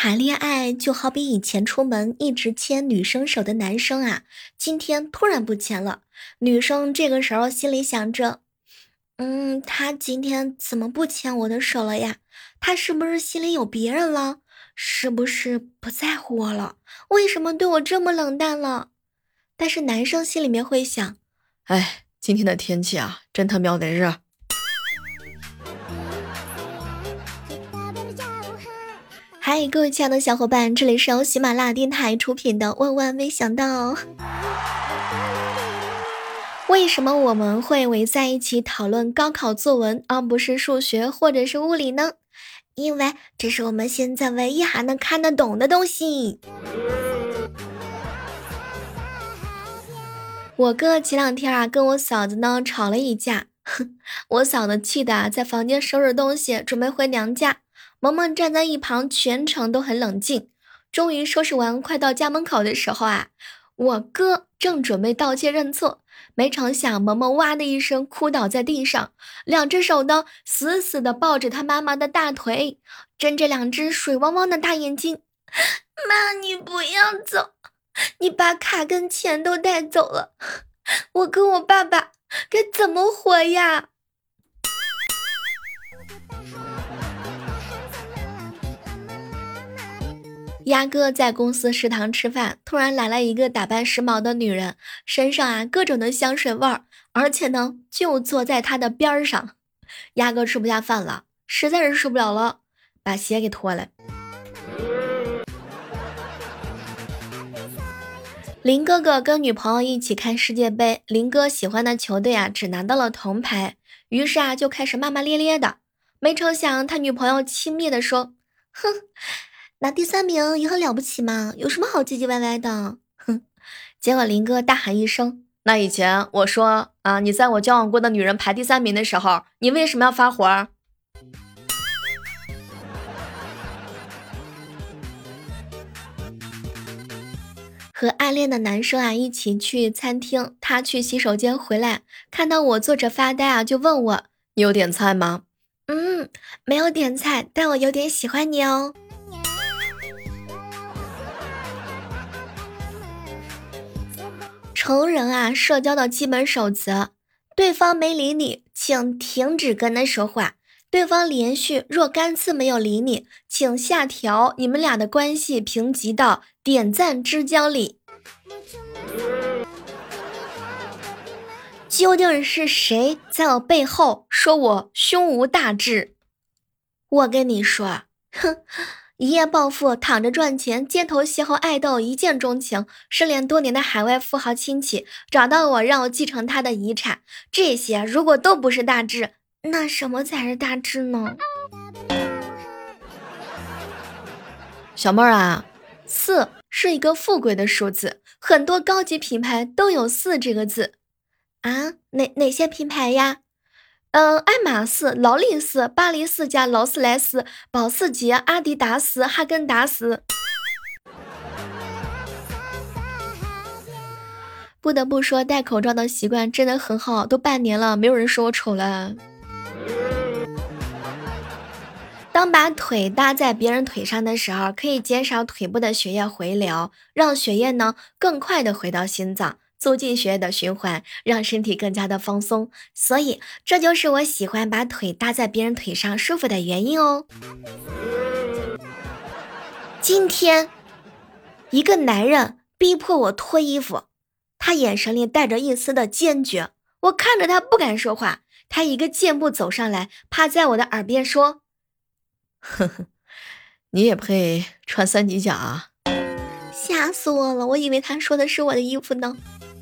谈恋爱就好比以前出门一直牵女生手的男生啊，今天突然不牵了。女生这个时候心里想着，他今天怎么不牵我的手了呀？他是不是心里有别人了？是不是不在乎我了？为什么对我这么冷淡了？但是男生心里面会想， 哎，今天的天气啊，真他喵的热。 嗨，各位亲爱的小伙伴，这里是由喜马拉雅电台出品的《万万没想到》。为什么我们会围在一起讨论高考作文，而不是数学或者是物理呢？因为这是我们现在唯一还能看得懂的东西。我哥前两天啊，跟我嫂子呢吵了一架，我嫂子气的在房间收拾东西，准备回娘家。萌萌站在一旁，全程都很冷静。终于收拾完，快到家门口的时候啊，我哥正准备道歉认错，没成想萌萌哇的一声哭倒在地上，两只手呢死死的抱着他妈妈的大腿，睁着两只水汪汪的大眼睛。妈，你不要走，你把卡跟钱都带走了，我跟我爸爸该怎么活呀？鸭哥在公司食堂吃饭，突然来了一个打扮时髦的女人，身上啊各种的香水味儿，而且呢就坐在他的边上。鸭哥吃不下饭了，实在是受不了了，把鞋给脱了。林哥哥跟女朋友一起看世界杯，林哥喜欢的球队啊只拿到了铜牌，于是啊就开始骂骂咧咧的。没成想他女朋友轻蔑的说：哼，拿第三名也很了不起嘛，有什么好唧唧歪歪的？哼！结果林哥大喊一声： 那以前我说啊，你在我交往过的女人排第三名的时候，你为什么要发火？ 和暗恋的男生啊一起去餐厅，他去洗手间回来，看到我坐着发呆啊，就问我： 你有点菜吗？ 没有点菜，但我有点喜欢你哦。成人啊，社交的基本守则：对方没理你，请停止跟他说话；对方连续若干次没有理你，请下调你们俩的关系评级到点赞之交里。究竟是谁在我背后说我胸无大志？我跟你说，哼！一夜暴富，躺着赚钱，街头邂逅爱豆，一见钟情，失联多年的海外富豪亲戚找到我，让我继承他的遗产。这些如果都不是大志，那什么才是大志呢？ 小妹儿啊 4是一个富贵的数字，很多高级品牌都有4这个字啊。哪些品牌呀？爱马仕、劳力士、巴黎世家、劳斯莱斯、保时捷、阿迪达斯、哈根达斯。不得不说，戴口罩的习惯真的很好，都半年了，没有人说我丑了。当把腿搭在别人腿上的时候，可以减少腿部的血液回流，让血液呢更快的回到心脏，促进血液的循环，让身体更加的放松。所以这就是我喜欢把腿搭在别人腿上舒服的原因哦。今天一个男人逼迫我脱衣服，他眼神里带着一丝的坚决，我看着他不敢说话，他一个箭步走上来，趴在我的耳边说： 呵呵，你也配穿3级甲啊？ 吓死我了，我以为他说的是我的衣服呢。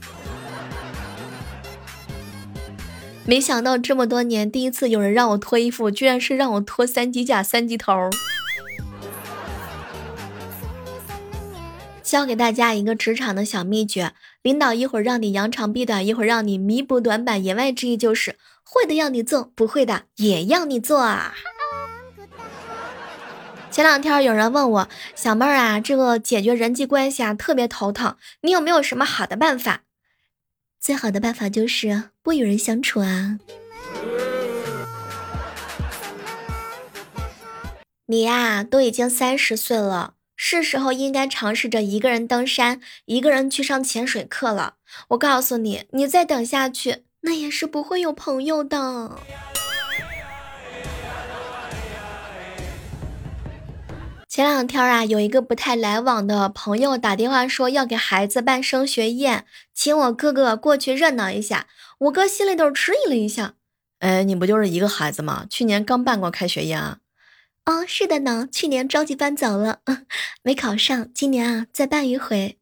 没想到这么多年第一次有人让我脱衣服，居然是让我脱3级甲3级头。教给大家一个职场的小秘诀，领导一会儿让你扬长避短，一会儿让你弥补短板，言外之意就是会的要你做，不会的也要你做啊。前两天有人问我，小妹儿啊，这个解决人际关系啊特别头疼，你有没有什么好的办法？最好的办法就是不与人相处啊。 你呀，都已经30岁了，是时候应该尝试着一个人登山，一个人去上潜水课了。我告诉你，你再等下去，那也是不会有朋友的。前两天啊，有一个不太来往的朋友打电话说要给孩子办升学宴，请我哥哥过去热闹一下。我哥心里头迟疑了一下， 哎，你不就是一个孩子吗？去年刚办过开学宴啊。 哦，是的呢，去年着急搬走了，没考上，今年啊再办一回。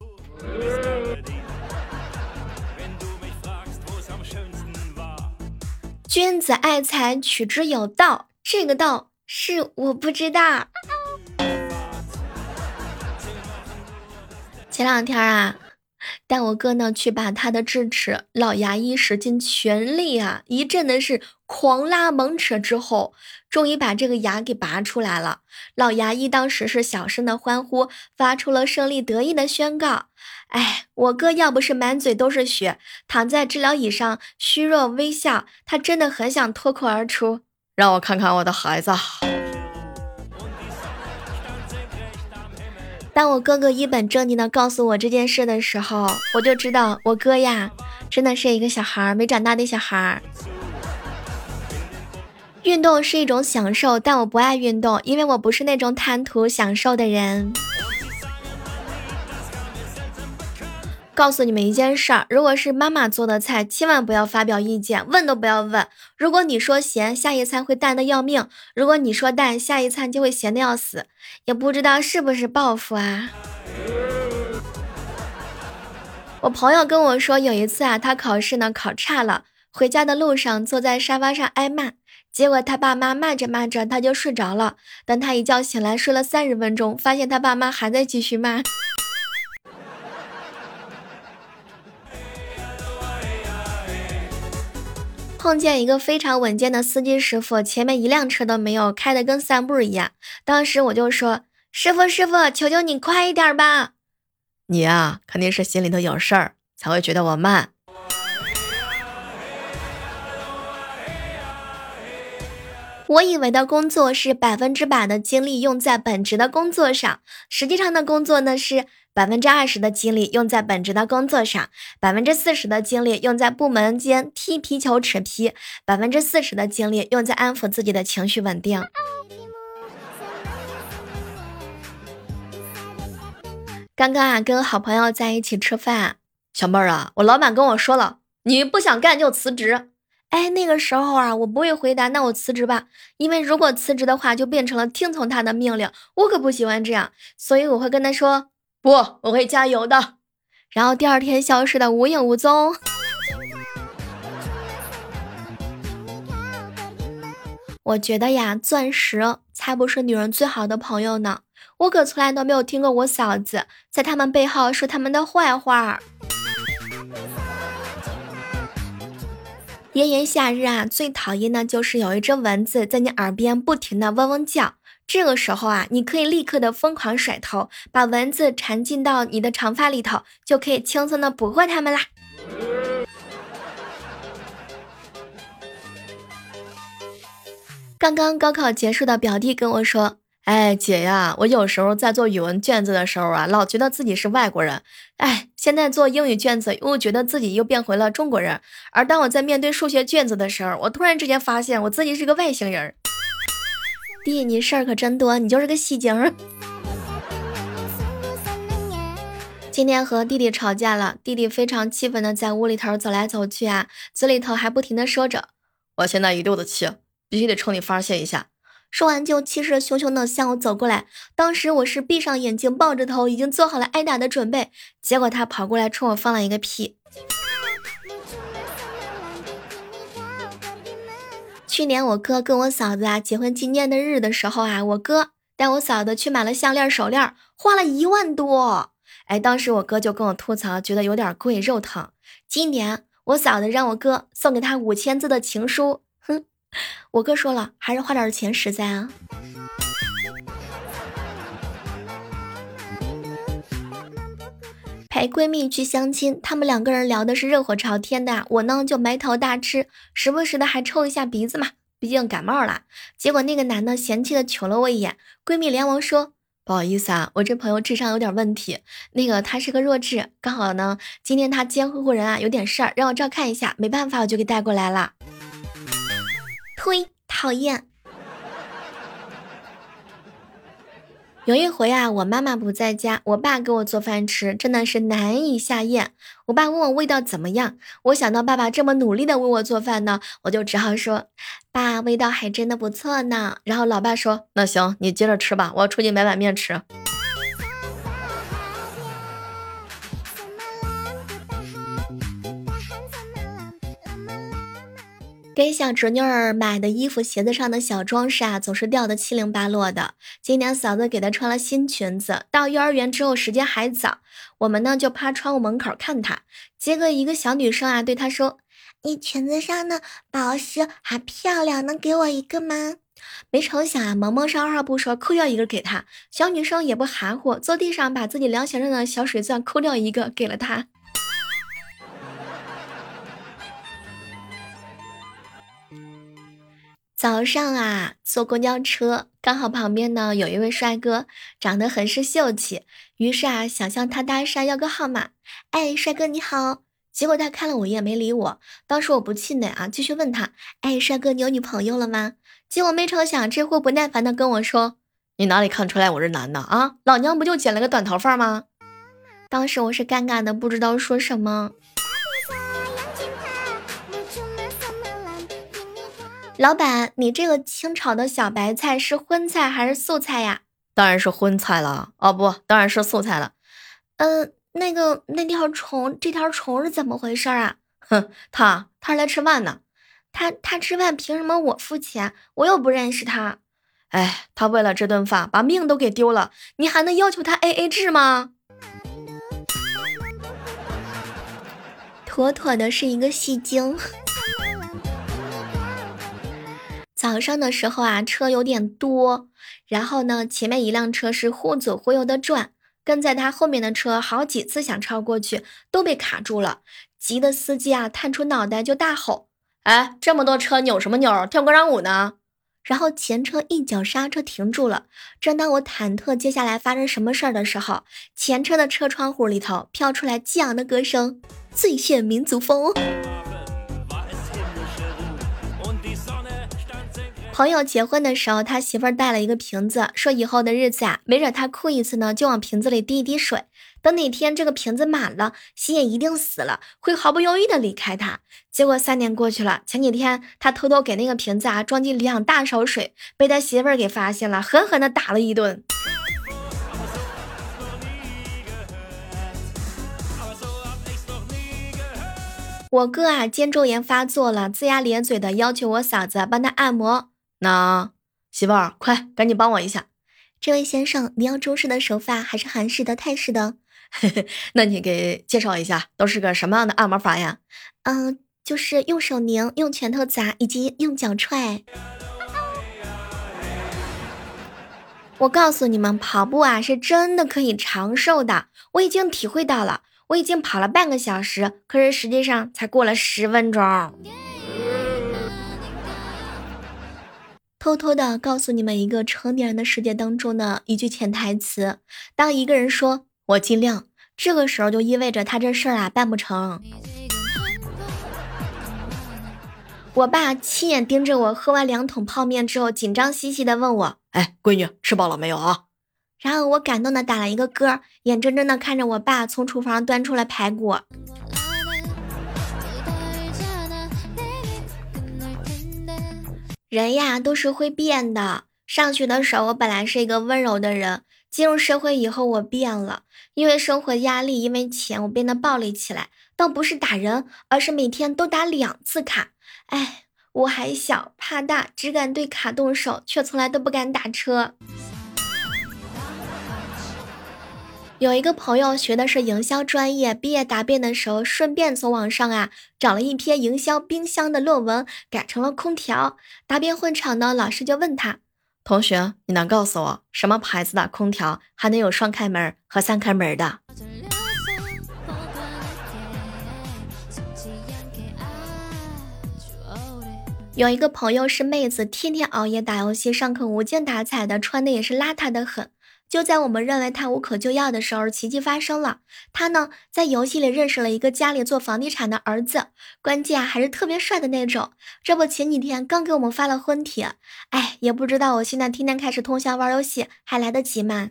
君子爱财，取之有道，这个道是我不知道。前两天啊，带我哥呢去把他的智齿，老牙医使尽全力啊，一阵的是狂拉猛扯之后，终于把这个牙给拔出来了。老牙医当时是小声的欢呼，发出了胜利得意的宣告。哎，我哥要不是满嘴都是血，躺在治疗椅上虚弱微笑，他真的很想脱口而出： 让我看看我的孩子。 当我哥哥一本正经的告诉我这件事的时候，我就知道我哥呀，真的是一个小孩，没长大的小孩。运动是一种享受，但我不爱运动，因为我不是那种贪图享受的人。告诉你们一件事儿，如果是妈妈做的菜，千万不要发表意见，问都不要问。如果你说咸，下一餐会淡的要命；如果你说淡，下一餐就会咸的要死。也不知道是不是报复啊。我朋友跟我说，有一次啊，他考试呢考差了，回家的路上坐在沙发上挨骂，结果他爸妈骂着骂着他就睡着了。等他一觉醒来，睡了30分钟，发现他爸妈还在继续骂。碰见一个非常稳健的司机师傅，前面一辆车都没有，开得跟散步一样。当时我就说，师傅，求求你快一点吧。 你呀，肯定是心里头有事儿，才会觉得我慢。 我以为的工作是100%的精力用在本职的工作上，实际上的工作呢是20%的精力用在本职的工作上，40%的精力用在部门间踢皮球扯皮，40%的精力用在安抚自己的情绪稳定。刚刚啊，跟好朋友在一起吃饭， 小妹儿啊，我老板跟我说了，你不想干就辞职。 哎，那个时候啊，我不会回答，那我辞职吧，因为如果辞职的话，就变成了听从他的命令，我可不喜欢这样，所以我会跟他说， 不，我会加油的。 然后第二天消失的无影无踪。我觉得呀，钻石才不是女人最好的朋友呢，我可从来都没有听过我嫂子在他们背后说他们的坏话。炎炎夏日啊，最讨厌的就是有一只蚊子在你耳边不停的嗡嗡叫。这个时候啊，你可以立刻的疯狂甩头，把蚊子缠进到你的长发里头，就可以轻松的捕获它们啦。刚刚高考结束的表弟跟我说， 哎，姐呀，我有时候在做语文卷子的时候啊，老觉得自己是外国人。哎，现在做英语卷子，又觉得自己又变回了中国人。而当我在面对数学卷子的时候，我突然之间发现我自己是个外星人。 弟，你事儿可真多，你就是个戏精。今天和弟弟吵架了，弟弟非常气愤的在屋里头走来走去啊，嘴里头还不停的说着， 我现在一肚子气，必须得冲你发泄一下。 说完就气势汹汹的向我走过来，当时我是闭上眼睛抱着头，已经做好了挨打的准备，结果他跑过来冲我放了一个屁。去年我哥跟我嫂子啊结婚纪念的日的时候啊，我哥带我嫂子去买了项链手链，花了1万多。哎，当时我哥就跟我吐槽，觉得有点贵，肉疼。今年我嫂子让我哥送给他5000字的情书，哼，我哥说了，还是花点钱实在啊。陪闺蜜去相亲，她们2个人聊的是热火朝天的，我呢就埋头大吃，时不时的还抽一下鼻子嘛。 毕竟感冒了。结果那个男的嫌弃的瞅了我一眼，闺蜜连忙说：“不好意思啊，我这朋友智商有点问题，那个他是个弱智，刚好呢，今天他监护人啊有点事儿，让我照看一下，没办法，我就给带过来了。”呸，讨厌。有一回啊，我妈妈不在家，我爸给我做饭吃，真的是难以下咽。我爸问我味道怎么样，我想到爸爸这么努力的为我做饭呢，我就只好说：“爸，味道还真的不错呢。”然后老爸说：“那行，你接着吃吧，我要出去买碗面吃。”给小侄女儿买的衣服鞋子上的小装饰啊，总是掉得七零八落的。今年嫂子给她穿了新裙子，到幼儿园之后时间还早，我们呢就趴窗户门口看她。结果一个小女生啊对她说：“你裙子上的宝石还漂亮，能给我一个吗？”没成想啊，萌萌是二话不说扣掉一个给她。小女生也不含糊，坐地上把自己凉鞋上的小水钻抠掉一个给了她。早上啊，坐公交车，刚好旁边呢有一位帅哥，长得很是秀气，于是啊想向他搭讪要个号码。哎，帅哥你好。结果他看了我一眼没理我，当时我不气馁啊，继续问他：哎，帅哥你有女朋友了吗？结果没成想这货不耐烦的跟我说：你哪里看出来我是男的啊？老娘不就剪了个短头发吗？当时我是尴尬的不知道说什么。老板，你这个清炒的小白菜是荤菜还是素菜呀？当然是荤菜了。哦不，当然是素菜了。那条虫，这条虫是怎么回事啊？哼，他是来吃饭的。他吃饭凭什么我付钱？我又不认识他。哎，他为了这顿饭把命都给丢了，你还能要求他 AA 制吗？妥妥的是一个戏精。早上的时候啊，车有点多，然后呢，前面一辆车是忽左忽右的转，跟在他后面的车好几次想超过去，都被卡住了。急的司机啊，探出脑袋就大吼：“哎，这么多车扭什么扭？跳广场舞呢？”然后前车一脚刹车停住了。正当我忐忑接下来发生什么事儿的时候，前车的车窗户里头飘出来激昂的歌声：“最炫民族风。”朋友结婚的时候，他媳妇儿带了一个瓶子，说以后的日子啊，没准他哭一次呢，就往瓶子里滴一滴水。等哪天这个瓶子满了，心也一定死了，会毫不犹豫的离开他。结果3年过去了，前几天他偷偷给那个瓶子啊装进2大勺水，被他媳妇儿给发现了，狠狠的打了一顿。我哥啊，肩周炎发作了，龇牙咧嘴的要求我嫂子帮他按摩。那媳妇儿，快赶紧帮我一下。这位先生，你要中式的手法还是韩式的、泰式的？那你给介绍一下，都是个什么样的按摩法呀？就是用手拧、用拳头砸，以及用脚踹。我告诉你们，跑步啊是真的可以长寿的，我已经体会到了。我已经跑了半个小时，可是实际上才过了10分钟。偷偷的告诉你们一个成年人的世界当中的一句潜台词：当一个人说我尽量，这个时候就意味着他这事儿啊办不成。我爸亲眼盯着我喝完2桶泡面之后，紧张兮兮的问我：哎，闺女，吃饱了没有啊？然后我感动的打了一个嗝，眼睁睁的看着我爸从厨房端出了排骨。人呀都是会变的。上学的时候我本来是一个温柔的人，进入社会以后我变了，因为生活压力，因为钱，我变得暴力起来，倒不是打人，而是每天都打2次卡。哎，我还小，怕大，只敢对卡动手，却从来都不敢打车。有一个朋友学的是营销专业，毕业答辩的时候顺便从网上啊找了一篇营销冰箱的论文，改成了空调。答辩会场呢，老师就问他：同学，你能告诉我什么牌子的空调还能有双开门和3开门的？ 有一个朋友是妹子，天天熬夜打游戏，上课无精打采的，穿的也是邋遢的很。就在我们认为他无可救药的时候，奇迹发生了。他呢，在游戏里认识了一个家里做房地产的儿子，关键还是特别帅的那种。这不，前几天刚给我们发了婚帖。哎，也不知道我现在天天开始通宵玩游戏，还来得及吗？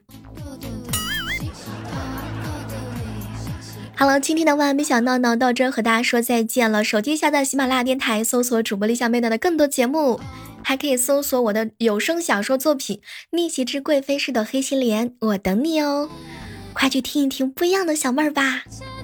好了，今天的万万没想到呢，到这儿和大家说再见了。手机下载喜马拉雅电台，搜索主播李小妹的更多节目，还可以搜索我的有声小说作品《逆袭之贵妃式的黑心莲》，我等你哦，快去听一听不一样的小妹儿吧。